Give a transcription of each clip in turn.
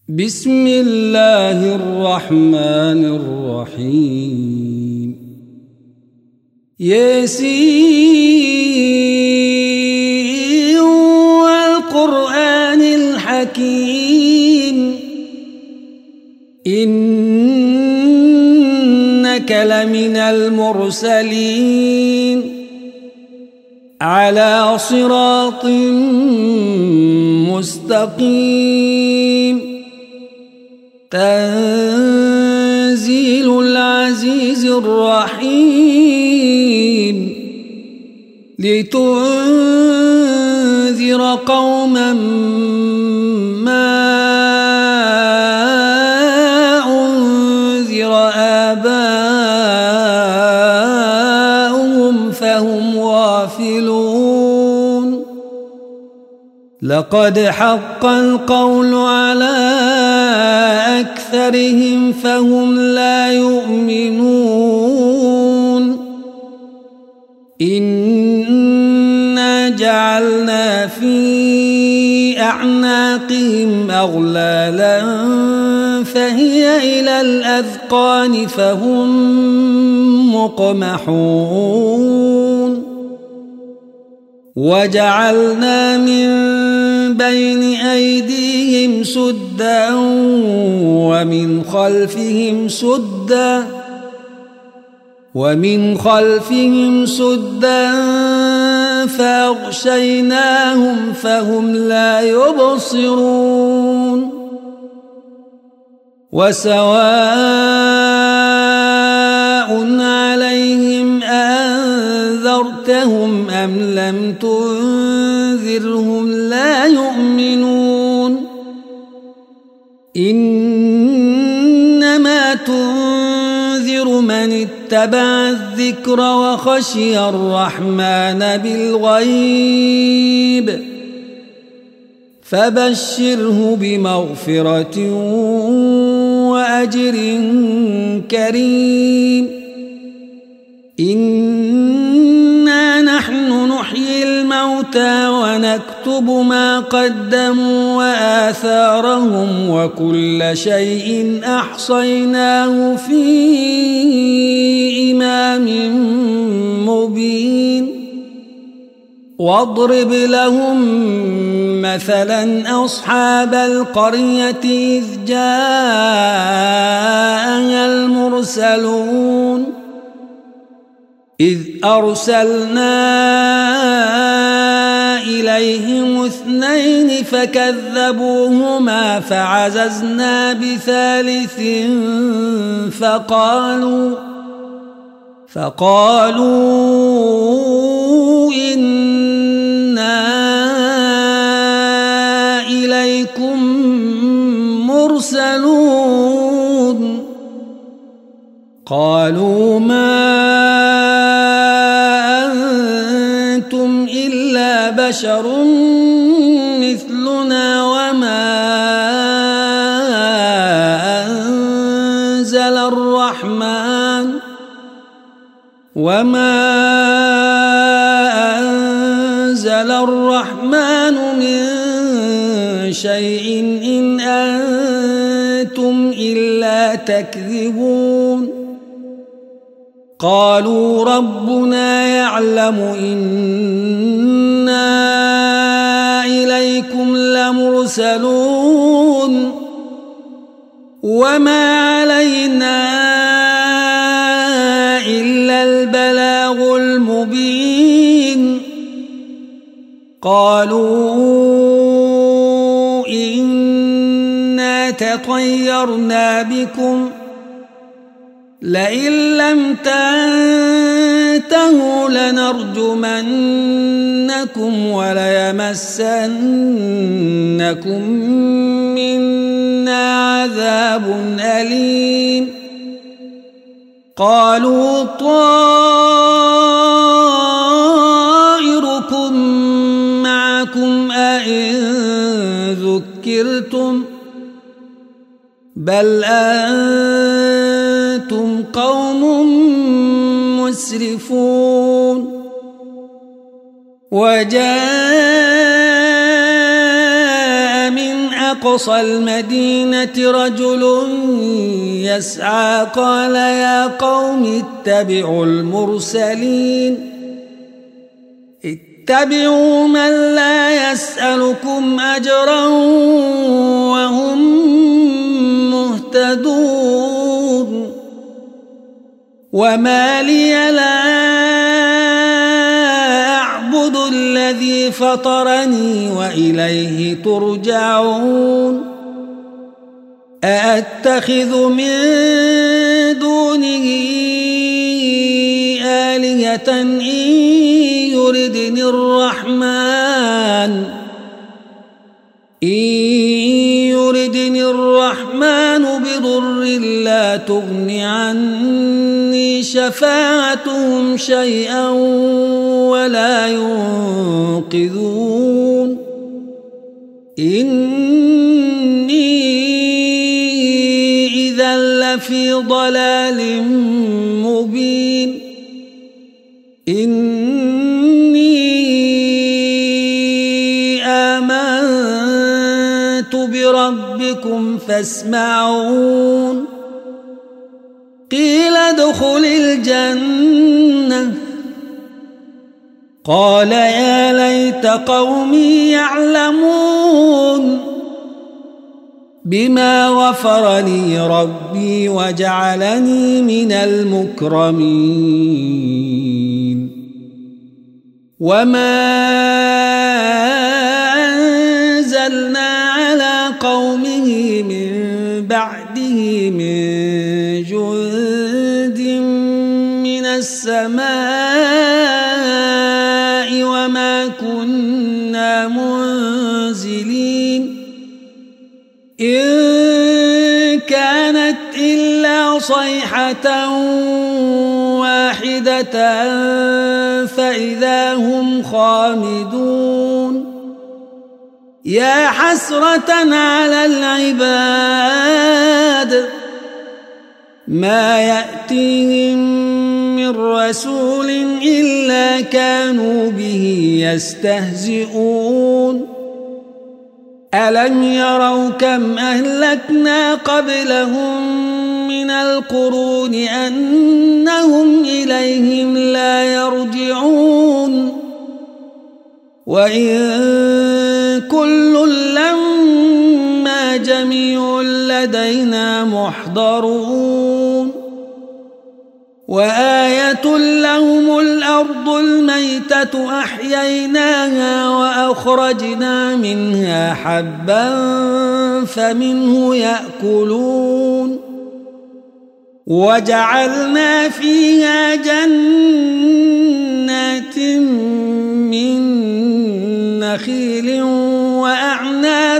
بسم الله الرحمن الرحيم ياسين والقرآن الحكيم إنك لمن المرسلين على صراط مستقيم تنزيل العزيز الرحيم لتنذر قوما ما أنذر آباؤهم فهم غافلون لقد حق القول على أكثرهم فهم لا يؤمنون إنا جعلنا في أعناقهم أغلالا فهي إلى الأذقان فهم مقمحون وجعلنا من بين أيديهم سدا ومن خلفهم سدا فأغشيناهم فهم لا يبصرون وسواء عليهم أنذرتهم أم لم تنذرهم لا يؤمنون إنما تنذر من اتبع الذكر وخشي الرحمن بالغيب فبشره بمغفرة وأجر كريم إنا نحن نحيي الموتى ونكتب ما قدموا وآثارهم وكل شيء أحصيناه في إمام مبين واضرب لهم مثلا أصحاب القرية إذ جاءها المرسلون إذ أرسلنا إليهم 2 فكذبوهما فعززنا بثالث فقالوا إنا إليكم مرسلون قالوا ما أنتم إلا بشر مثلنا وما أنزل الرحمن من شيء إن أنتم إلا تكذبون قالوا ربنا يعلم إنا إليكم لمرسلون وما علينا إلا البلاغ المبين قالوا إنا تطيرنا بكم لئن لم تنتهوا لنرجمنكم وليمسنكم منا عذاب أليم قالوا طائركم معكم أئن ذكرتم بل أنتم قوم مسرفون وجاء من أقصى المدينة رجل يسعى قال يا قوم اتبعوا المرسلين اتبعوا من لا يسألكم أجرا وهم مهتدون وما لي لا أعبد الذي فطرني وإليه ترجعون أأتخذ من دونه آلهة إن يردني الرحمن بضر لا تغن عني شفاعتهم شيئا ولا ينقذون إني إذا لفي ضلال مبين بربكم فاسمعون قيل ادخل الجنة قال يا ليت قومي يعلمون بما غفر لي ربي وجعلني من المكرمين وما أنزلنا قومه من بعده من جند من السماء وما كنا منزلين إن كانت إلا صيحة واحدة فإذا هم خامدون يا حسرة على العباد ما يأتيهم من رسول إلا كانوا به يستهزئون ألم يروا كم أهلكنا قبلهم من القرون أنهم إليهم لا يرجعون وإن كل لما جميع لدينا محضرون وآية لهم الأرض الميتة أحييناها وأخرجنا منها حبا فمنه يأكلون وجعلنا فيها جنات من نخيل وأعناب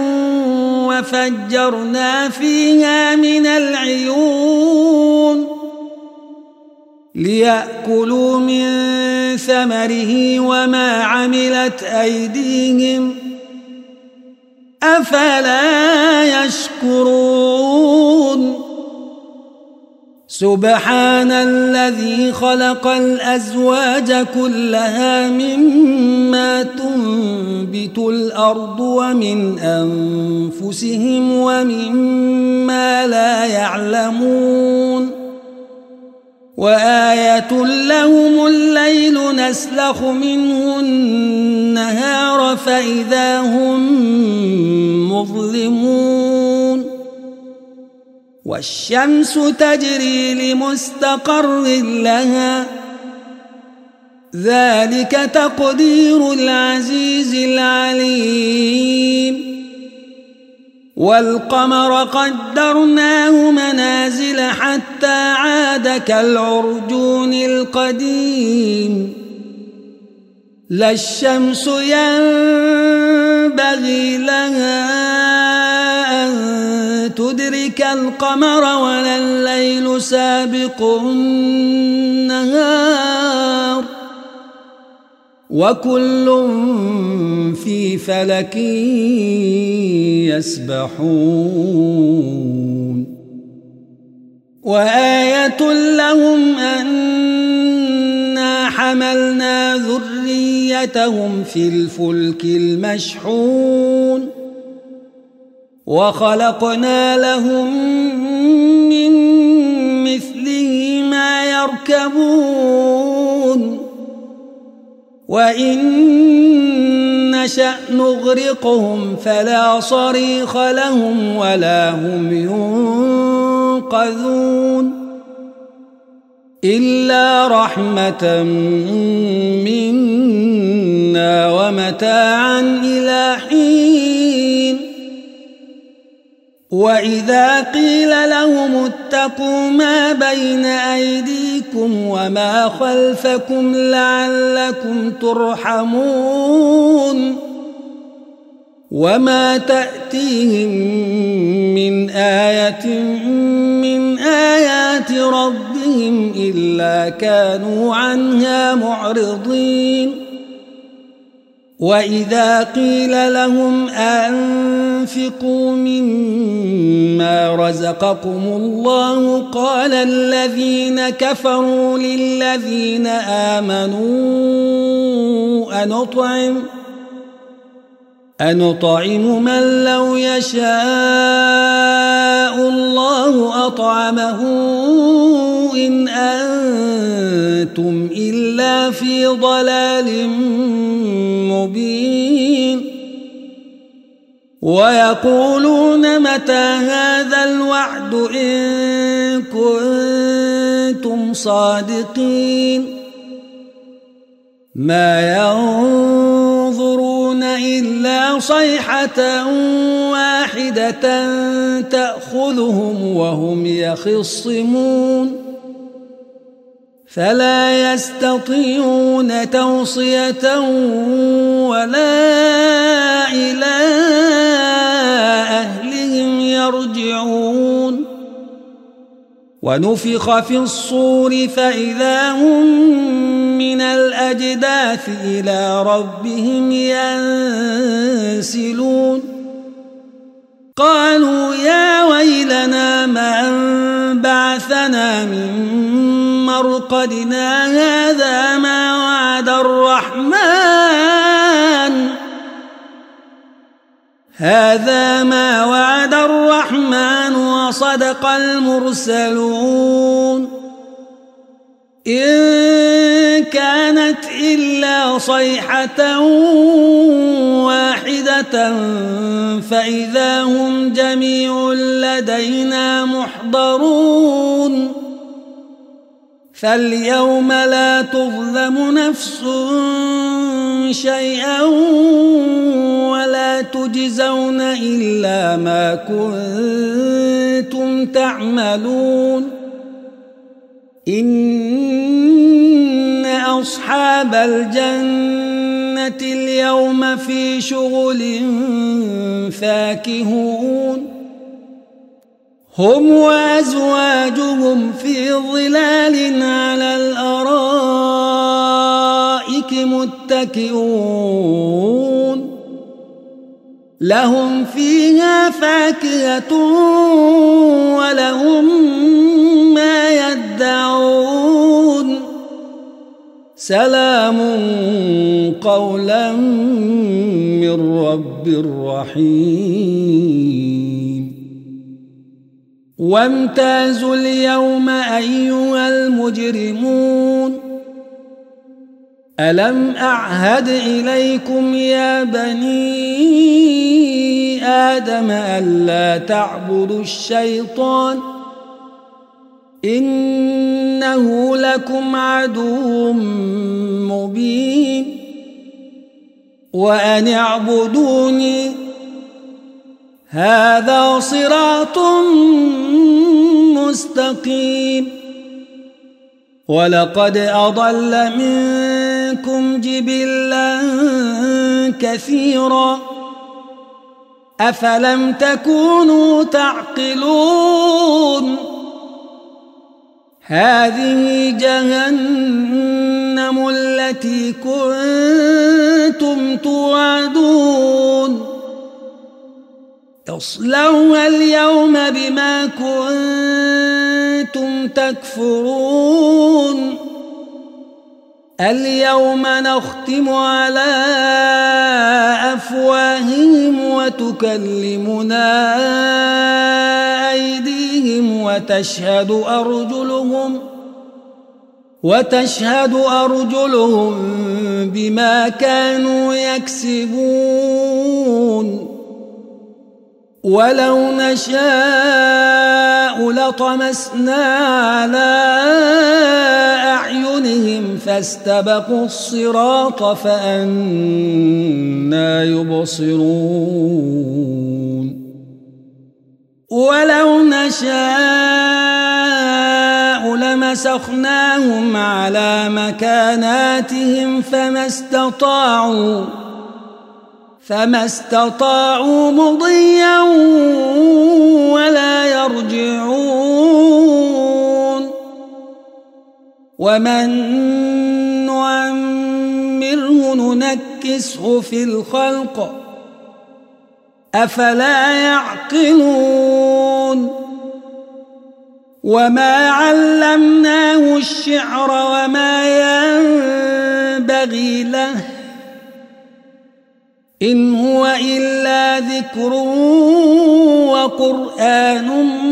وفجرنا فيها من العيون ليأكلوا من ثمره وما عملت أيديهم أفلا يشكرون سبحان الذي خلق الأزواج كلها مما تنبت الأرض ومن أنفسهم ومما لا يعلمون وآية لهم الليل نسلخ منه النهار فإذا هم مظلمون والشمس تجري لمستقر لها ذلك تقدير العزيز العليم والقمر قدرناه منازل حتى عاد كالعرجون القديم لا الشمس ينبغي لها أن تدرك القمر ولا الليل سابق النهار وكل في فلك يسبحون وآية لهم أنا حملنا ذريتهم في الفلك المشحون وخلقنا لهم من مثله ما يركبون وإن نشأ نغرقهم فلا صريخ لهم ولا هم ينقذون إلا رحمة منا ومتاعا إلى حين وإذا قيل لهم اتقوا ما بين أيديكم وما خلفكم لعلكم ترحمون وما تأتيهم من آية من آيات ربهم إلا كانوا عنها معرضين وإذا قيل لهم أنفقوا مما رزقكم الله قال الذين كفروا للذين آمنوا أنطعم من لو يشاء الله أطعمه إن أنتم إلا في ضلال مبين ويقولون متى هذا الوعد إن كنتم صادقين ما ينظرون إلا صيحة واحدة تأخذهم وهم يخصمون فلا يستطيعون توصية ولا إلى أهلهم يرجعون ونفخ في الصور فإذا هم من الأجداث إلى ربهم ينسلون قالوا يا ويلنا من بعثنا من مرقدنا هذا ما وعد الرحمن وصدق المرسلون إن كانت إلا صيحة واحدة فإذا هم جميع لدينا محضرون فاليوم لا تظلم نفس شيئا ولا تجزون إلا ما كنتم تعملون إن أصحاب الجنة اليوم في شغل فاكهون هم وأزواجهم في ظلال على الأرائك متكئون لهم فيها فاكهة ولهم ما يدعون سلام قولا من رب رحيم وامتازوا اليوم أيها المجرمون ألم أعهد إليكم يا بني آدم ألا تعبدوا الشيطان إنه لكم عدو مبين وأن اعبدوني هذا صراط مستقيم ولقد أضل منكم جبلا كثيرا أفلم تكونوا تعقلون هذه جهنم التي كنتم توعدون اصلوها اليوم بما كنتم تكفرون اليوم نختم على أفواههم وتكلمنا أيديهم وتشهد أرجلهم بما كانوا يكسبون ولو نشاء لطمسنا على أعينهم فاستبقوا الصراط فأنى يبصرون ولو نشاء لمسخناهم على مكاناتهم فما استطاعوا مضيا ولا يرجعون ومن نعمره ننكسه في الخلق أفلا يعقلون وما علمناه الشعر وما ينبغي له إن هو إلا ذكر وقرآن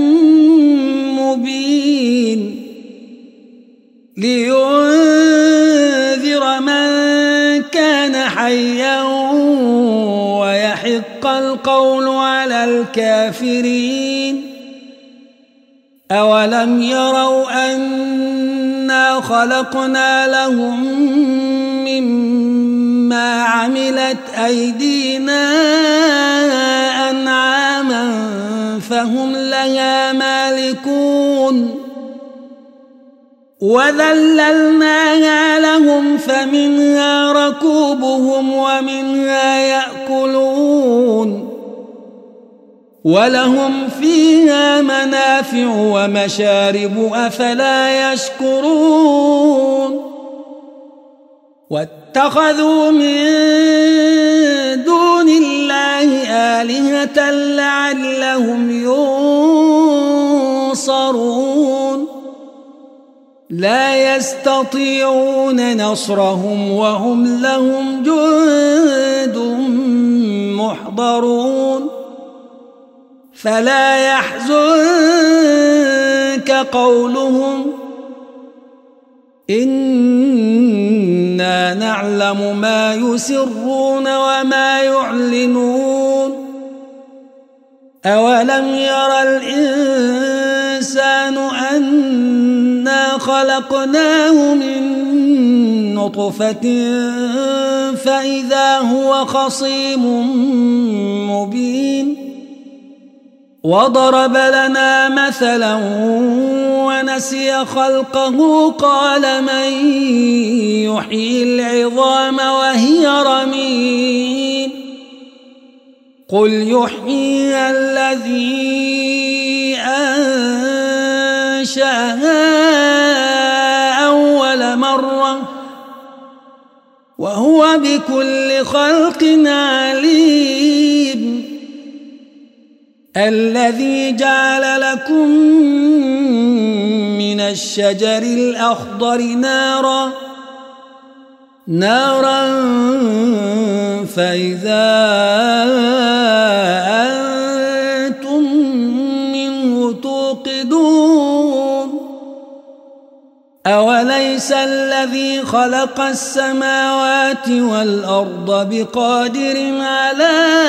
مبين لينذر من كان حيا ويحق القول على الكافرين أولم يروا أنا خلقنا لهم مما عملت أيدينا أنعاما فهم لها مالكون وذللناها لهم فمنها ركوبهم ومنها يأكلون ولهم فيها منافع ومشارب أفلا يشكرون واتخذوا من دون الله آلهة لعلهم ينصرون لا يستطيعون نصرهم وهم لهم جند محضرون فلا يحزنك قولهم إنا نعلم ما يسرون وما يعلنون أولم ير الإنسان أنا خلقناه من نطفة فإذا هو خصيم مبين وضرب لنا مثلا ونسي خلقه قال من يحيي العظام وهي رميم قل يحييها الذي أنشأها أول مرة وهو بكل خلق عليم الذي جعل لكم من الشجر الأخضر نارا فإذا أنتم منه توقدون أوليس الذي خلق السماوات والأرض بقادر على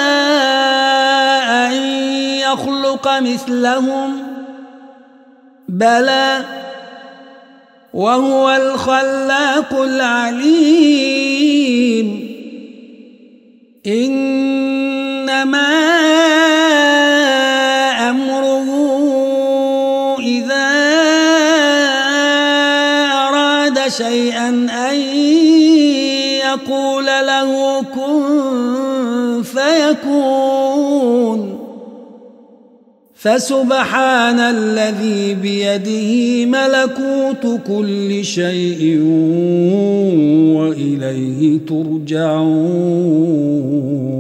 أن يخلق مثلهم بلى وهو الخلاق العليم إنما أمره إذا أراد شيئا أن يقول له كن فيكون فسبحان الذي بيده ملكوت كل شيء وإليه ترجعون